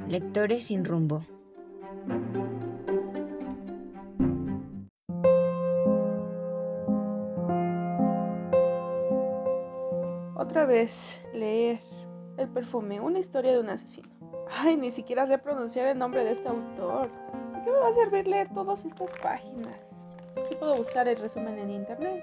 Lectores sin rumbo. Otra vez leer El perfume, una historia de un asesino. Ay, ni siquiera sé pronunciar el nombre de este autor. ¿De qué me va a servir leer todas estas páginas? Sí puedo buscar el resumen en internet.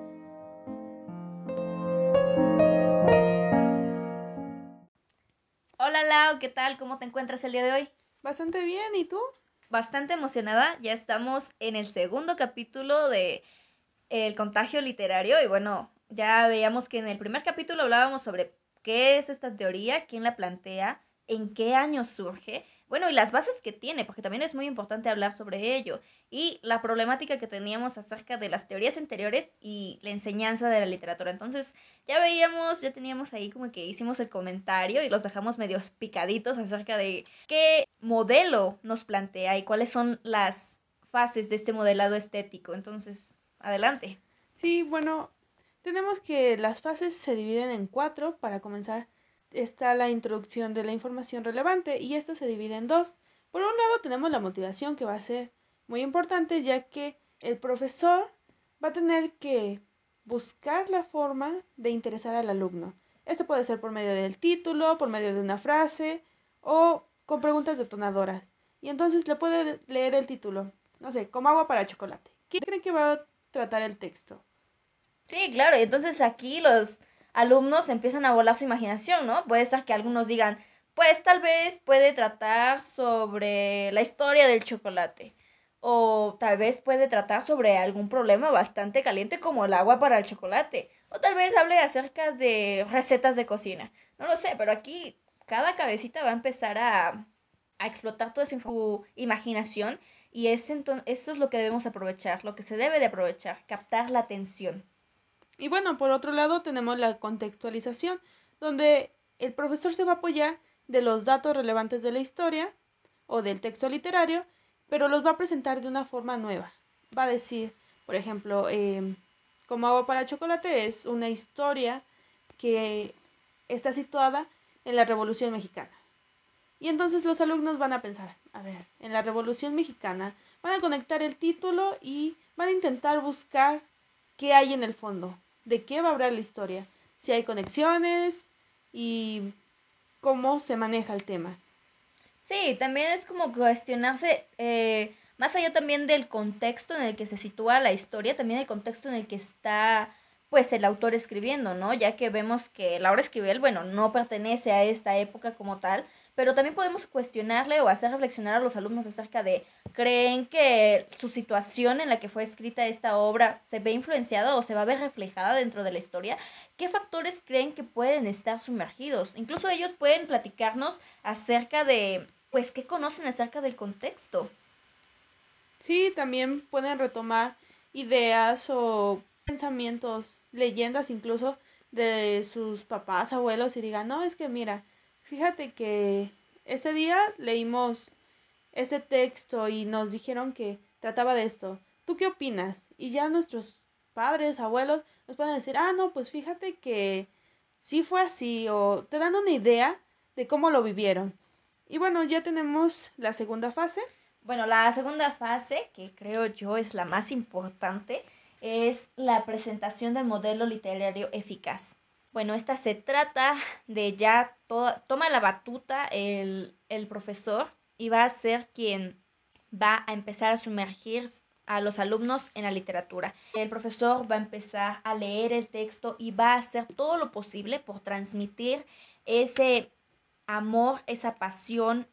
Hola Lau, ¿qué tal? ¿Cómo te encuentras el día de hoy? Bastante bien, ¿y tú? Bastante emocionada, ya estamos en el segundo capítulo de El contagio literario y bueno, ya veíamos que en el primer capítulo hablábamos sobre qué es esta teoría, quién la plantea, en qué año surge, bueno, y las bases que tiene, porque también es muy importante hablar sobre ello, y la problemática que teníamos acerca de las teorías anteriores y la enseñanza de la literatura. Entonces, ya veíamos, ya teníamos ahí como que hicimos el comentario y los dejamos medio picaditos acerca de qué modelo nos plantea y cuáles son las fases de este modelado estético. Entonces, adelante. Sí, bueno, tenemos que las fases se dividen en 4. Para comenzar, está la introducción de la información relevante y esta se divide en 2. Por un lado tenemos la motivación, que va a ser muy importante, ya que el profesor va a tener que buscar la forma de interesar al alumno. Esto puede ser por medio del título, por medio de una frase o con preguntas detonadoras. Y entonces le puede leer el título, no sé, como agua para chocolate. ¿Qué creen que va a tratar el texto? Sí, claro, y entonces aquí los alumnos empiezan a volar su imaginación, ¿no? Puede ser que algunos digan, pues tal vez puede tratar sobre la historia del chocolate, o tal vez puede tratar sobre algún problema bastante caliente como el agua para el chocolate, o tal vez hable acerca de recetas de cocina. No lo sé, pero aquí cada cabecita va a empezar a explotar toda su imaginación y eso es lo que debemos aprovechar, lo que se debe de aprovechar, captar la atención. Y bueno, por otro lado tenemos la contextualización, donde el profesor se va a apoyar de los datos relevantes de la historia o del texto literario, pero los va a presentar de una forma nueva. Va a decir, por ejemplo, como agua para chocolate es una historia que está situada en la Revolución Mexicana. Y entonces los alumnos van a pensar, a ver, en la Revolución Mexicana, van a conectar el título y van a intentar buscar qué hay en el fondo, de qué va a hablar la historia, si hay conexiones y cómo se maneja el tema. Sí, también es como cuestionarse, más allá también del contexto en el que se sitúa la historia, también el contexto en el que está, pues, el autor escribiendo, ¿no? Ya que vemos que Laura Esquivel, bueno, no pertenece a esta época como tal, pero también podemos cuestionarle o hacer reflexionar a los alumnos acerca de, ¿creen que su situación en la que fue escrita esta obra se ve influenciada o se va a ver reflejada dentro de la historia? ¿Qué factores creen que pueden estar sumergidos? Incluso ellos pueden platicarnos acerca de, pues, qué conocen acerca del contexto. Sí, también pueden retomar ideas o pensamientos, leyendas incluso de sus papás, abuelos y digan, no, es que mira, fíjate que ese día leímos este texto y nos dijeron que trataba de esto. ¿Tú qué opinas? Y ya nuestros padres, abuelos, nos pueden decir, ah, no, pues fíjate que sí fue así, o te dan una idea de cómo lo vivieron. Y bueno, ya tenemos la segunda fase. Bueno, la segunda fase, que creo yo es la más importante, es la presentación del modelo literario eficaz. Bueno, esta se trata de ya toma la batuta el profesor y va a ser quien va a empezar a sumergir a los alumnos en la literatura. El profesor va a empezar a leer el texto y va a hacer todo lo posible por transmitir ese amor, esa pasión,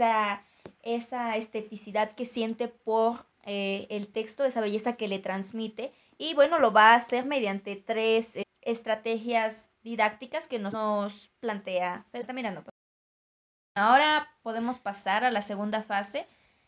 esa esteticidad que siente por el texto, esa belleza que le transmite. Y bueno, lo va a hacer mediante tres estrategias didácticas que nos plantea. Pero también no. Ahora podemos pasar a la segunda fase,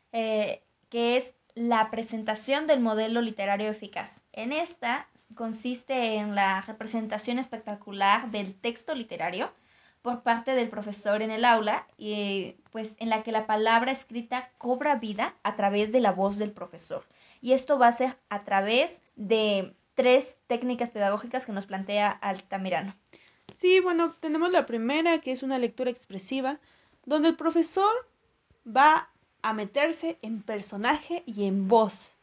que es la presentación del modelo literario eficaz. En esta consiste en la representación espectacular del texto literario por parte del profesor en el aula, y pues en la que la palabra escrita cobra vida a través de la voz del profesor. Y esto va a ser a través de tres técnicas pedagógicas que nos plantea Altamirano. Sí, bueno, tenemos la primera, que es una lectura expresiva, donde el profesor va a meterse en personaje y en voz,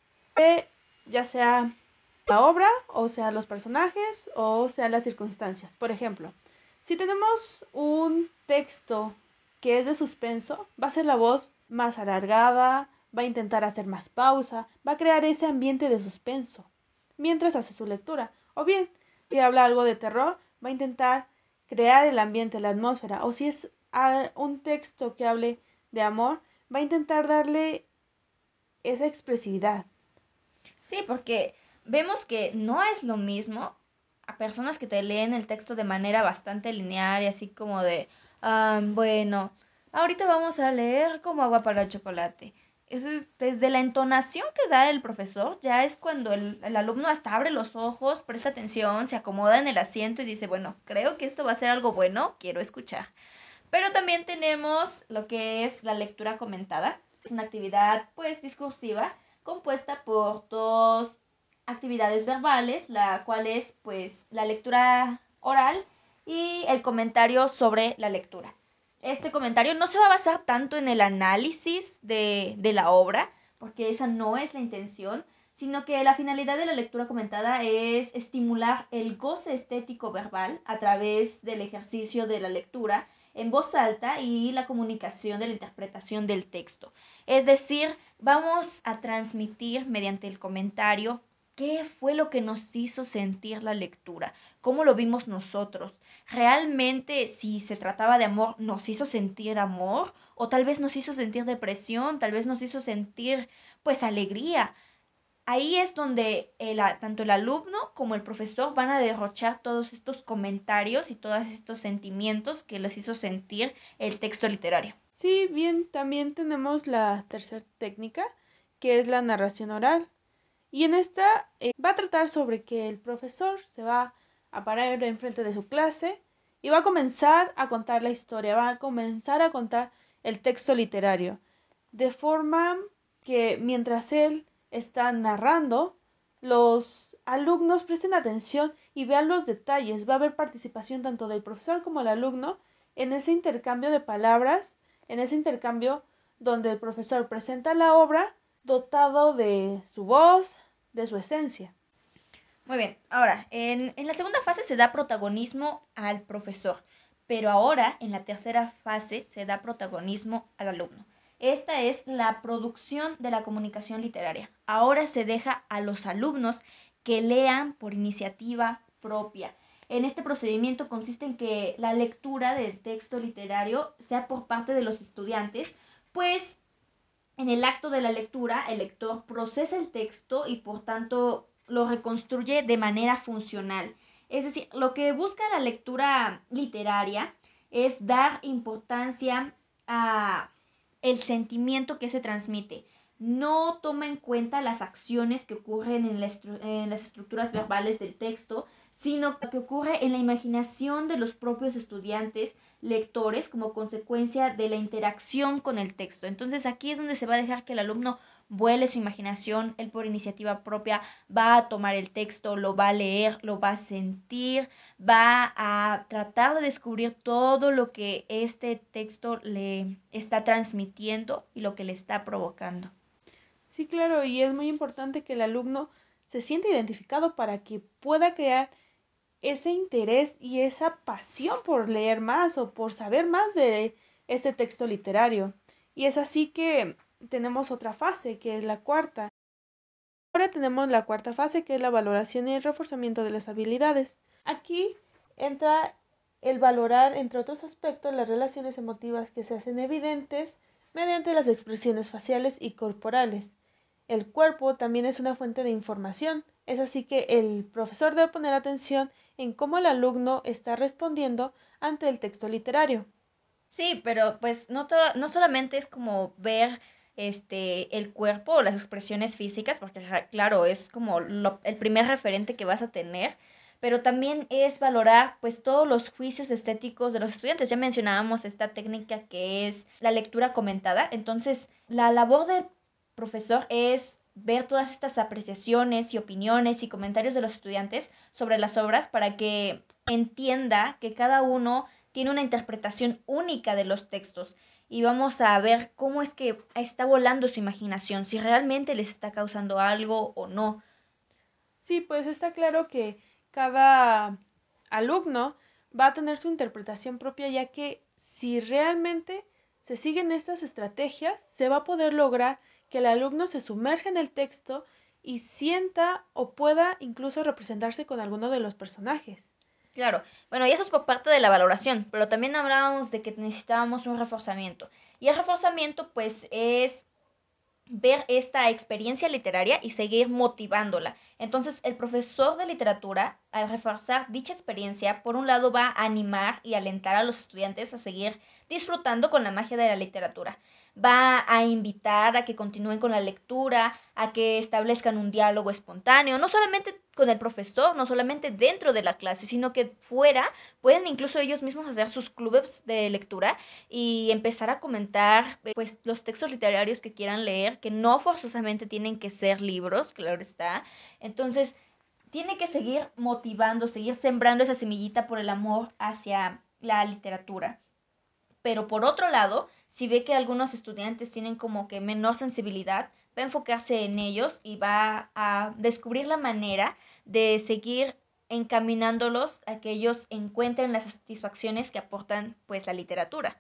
ya sea la obra, o sea los personajes, o sea las circunstancias. Por ejemplo, si tenemos un texto que es de suspenso, va a ser la voz más alargada, va a intentar hacer más pausa, va a crear ese ambiente de suspenso mientras hace su lectura. O bien, si habla algo de terror, va a intentar crear el ambiente, la atmósfera. O si es un texto que hable de amor, va a intentar darle esa expresividad. Sí, porque vemos que no es lo mismo a personas que te leen el texto de manera bastante lineal y así como de, bueno, ahorita vamos a leer como agua para el chocolate. Desde la entonación que da el profesor, ya es cuando el alumno hasta abre los ojos, presta atención, se acomoda en el asiento y dice, bueno, creo que esto va a ser algo bueno, quiero escuchar. Pero también tenemos lo que es la lectura comentada. Es una actividad pues discursiva compuesta por dos actividades verbales, la cual es pues la lectura oral y el comentario sobre la lectura. Este comentario no se va a basar tanto en el análisis de la obra, porque esa no es la intención, sino que la finalidad de la lectura comentada es estimular el goce estético verbal a través del ejercicio de la lectura en voz alta y la comunicación de la interpretación del texto. Es decir, vamos a transmitir mediante el comentario qué fue lo que nos hizo sentir la lectura, cómo lo vimos nosotros. Realmente, si se trataba de amor, nos hizo sentir amor, o tal vez nos hizo sentir depresión, tal vez nos hizo sentir pues alegría. Ahí es donde tanto el alumno como el profesor van a derrochar todos estos comentarios y todos estos sentimientos que les hizo sentir el texto literario. Sí, bien, también tenemos la tercera técnica, que es la narración oral. Y en esta va a tratar sobre que el profesor se va a parar enfrente de su clase y va a comenzar a contar la historia, va a comenzar a contar el texto literario, de forma que mientras él está narrando, los alumnos presten atención y vean los detalles. Va a haber participación tanto del profesor como del alumno en ese intercambio de palabras, en ese intercambio donde el profesor presenta la obra dotado de su voz, de su esencia. Muy bien, ahora, en la segunda fase se da protagonismo al profesor, pero ahora en la tercera fase se da protagonismo al alumno. Esta es la producción de la comunicación literaria. Ahora se deja a los alumnos que lean por iniciativa propia. En este procedimiento consiste en que la lectura del texto literario sea por parte de los estudiantes, pues en el acto de la lectura, el lector procesa el texto y por tanto lo reconstruye de manera funcional. Es decir, lo que busca la lectura literaria es dar importancia a el sentimiento que se transmite. No toma en cuenta las acciones que ocurren en las estructuras verbales del texto, sino que ocurre en la imaginación de los propios estudiantes lectores como consecuencia de la interacción con el texto. Entonces aquí es donde se va a dejar que el alumno vuele su imaginación, él por iniciativa propia va a tomar el texto, lo va a leer, lo va a sentir, va a tratar de descubrir todo lo que este texto le está transmitiendo y lo que le está provocando. Sí, claro, y es muy importante que el alumno se sienta identificado para que pueda crear ese interés y esa pasión por leer más o por saber más de este texto literario. Y es así que tenemos otra fase, que es la cuarta. Ahora tenemos la cuarta fase, que es la valoración y el reforzamiento de las habilidades. Aquí entra el valorar, entre otros aspectos, las relaciones emotivas que se hacen evidentes mediante las expresiones faciales y corporales. El cuerpo también es una fuente de información. Es así que el profesor debe poner atención en cómo el alumno está respondiendo ante el texto literario. Sí, pero pues no solamente es como ver el cuerpo o las expresiones físicas, porque claro, es como el primer referente que vas a tener, pero también es valorar pues todos los juicios estéticos de los estudiantes. Ya mencionábamos esta técnica que es la lectura comentada, entonces la labor del profesor es ver todas estas apreciaciones y opiniones y comentarios de los estudiantes sobre las obras para que entienda que cada uno tiene una interpretación única de los textos y vamos a ver cómo es que está volando su imaginación, si realmente les está causando algo o no. Sí, pues está claro que cada alumno va a tener su interpretación propia, ya que si realmente se siguen estas estrategias, se va a poder lograr que el alumno se sumerja en el texto y sienta o pueda incluso representarse con alguno de los personajes. Claro, bueno, y eso es por parte de la valoración, pero también hablábamos de que necesitábamos un reforzamiento. Y el reforzamiento, pues, es ver esta experiencia literaria y seguir motivándola. Entonces, el profesor de literatura, al reforzar dicha experiencia, por un lado va a animar y alentar a los estudiantes a seguir disfrutando con la magia de la literatura. Va a invitar a que continúen con la lectura, a que establezcan un diálogo espontáneo, no solamente con el profesor, no solamente dentro de la clase, sino que fuera pueden incluso ellos mismos hacer sus clubes de lectura y empezar a comentar pues los textos literarios que quieran leer, que no forzosamente tienen que ser libros, claro está. Entonces, tiene que seguir motivando, seguir sembrando esa semillita por el amor hacia la literatura. Pero por otro lado, si ve que algunos estudiantes tienen como que menor sensibilidad, va a enfocarse en ellos y va a descubrir la manera de seguir encaminándolos a que ellos encuentren las satisfacciones que aportan pues la literatura.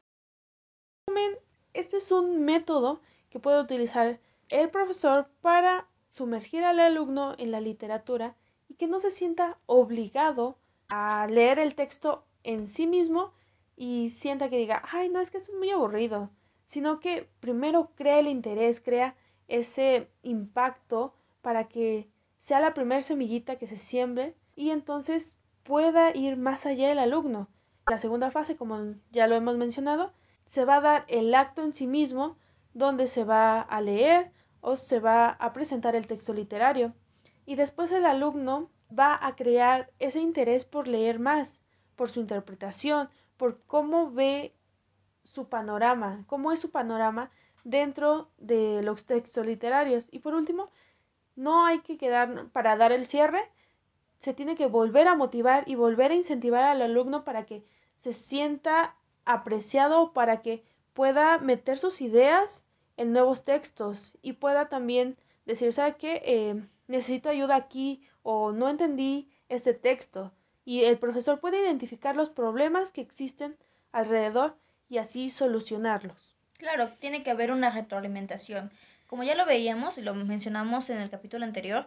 Este es un método que puede utilizar el profesor para sumergir al alumno en la literatura y que no se sienta obligado a leer el texto en sí mismo y sienta que diga, ay, no, es que es muy aburrido, sino que primero crea el interés, crea ese impacto para que sea la primera semillita que se siembre y entonces pueda ir más allá el alumno. La segunda fase, como ya lo hemos mencionado, se va a dar el acto en sí mismo, donde se va a leer o se va a presentar el texto literario. Y después el alumno va a crear ese interés por leer más, por su interpretación, por cómo ve su panorama, cómo es su panorama dentro de los textos literarios. Y por último, no hay que quedar para dar el cierre, se tiene que volver a motivar y volver a incentivar al alumno para que se sienta apreciado, para que pueda meter sus ideas en nuevos textos y pueda también decir, ¿sabe qué? Necesito ayuda aquí o no entendí este texto. Y el profesor puede identificar los problemas que existen alrededor y así solucionarlos. Claro, tiene que haber una retroalimentación. Como ya lo veíamos y lo mencionamos en el capítulo anterior,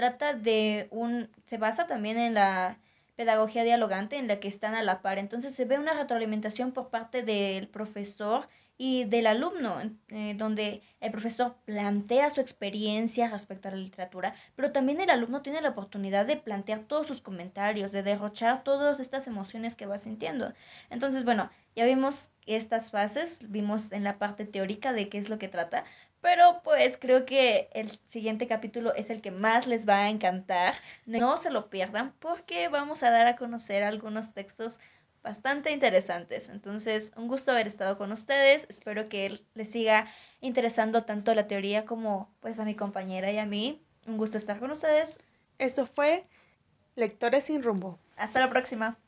se basa también en la pedagogía dialogante en la que están a la par. Entonces se ve una retroalimentación por parte del profesor y del alumno, donde el profesor plantea su experiencia respecto a la literatura, pero también el alumno tiene la oportunidad de plantear todos sus comentarios, de derrochar todas estas emociones que va sintiendo. Entonces, bueno, ya vimos estas fases, vimos en la parte teórica de qué es lo que trata, pero pues creo que el siguiente capítulo es el que más les va a encantar. No se lo pierdan porque vamos a dar a conocer algunos textos bastante interesantes. Entonces, un gusto haber estado con ustedes. Espero que les siga interesando tanto la teoría como pues a mi compañera y a mí. Un gusto estar con ustedes. Esto fue Lectores sin rumbo. Hasta la próxima.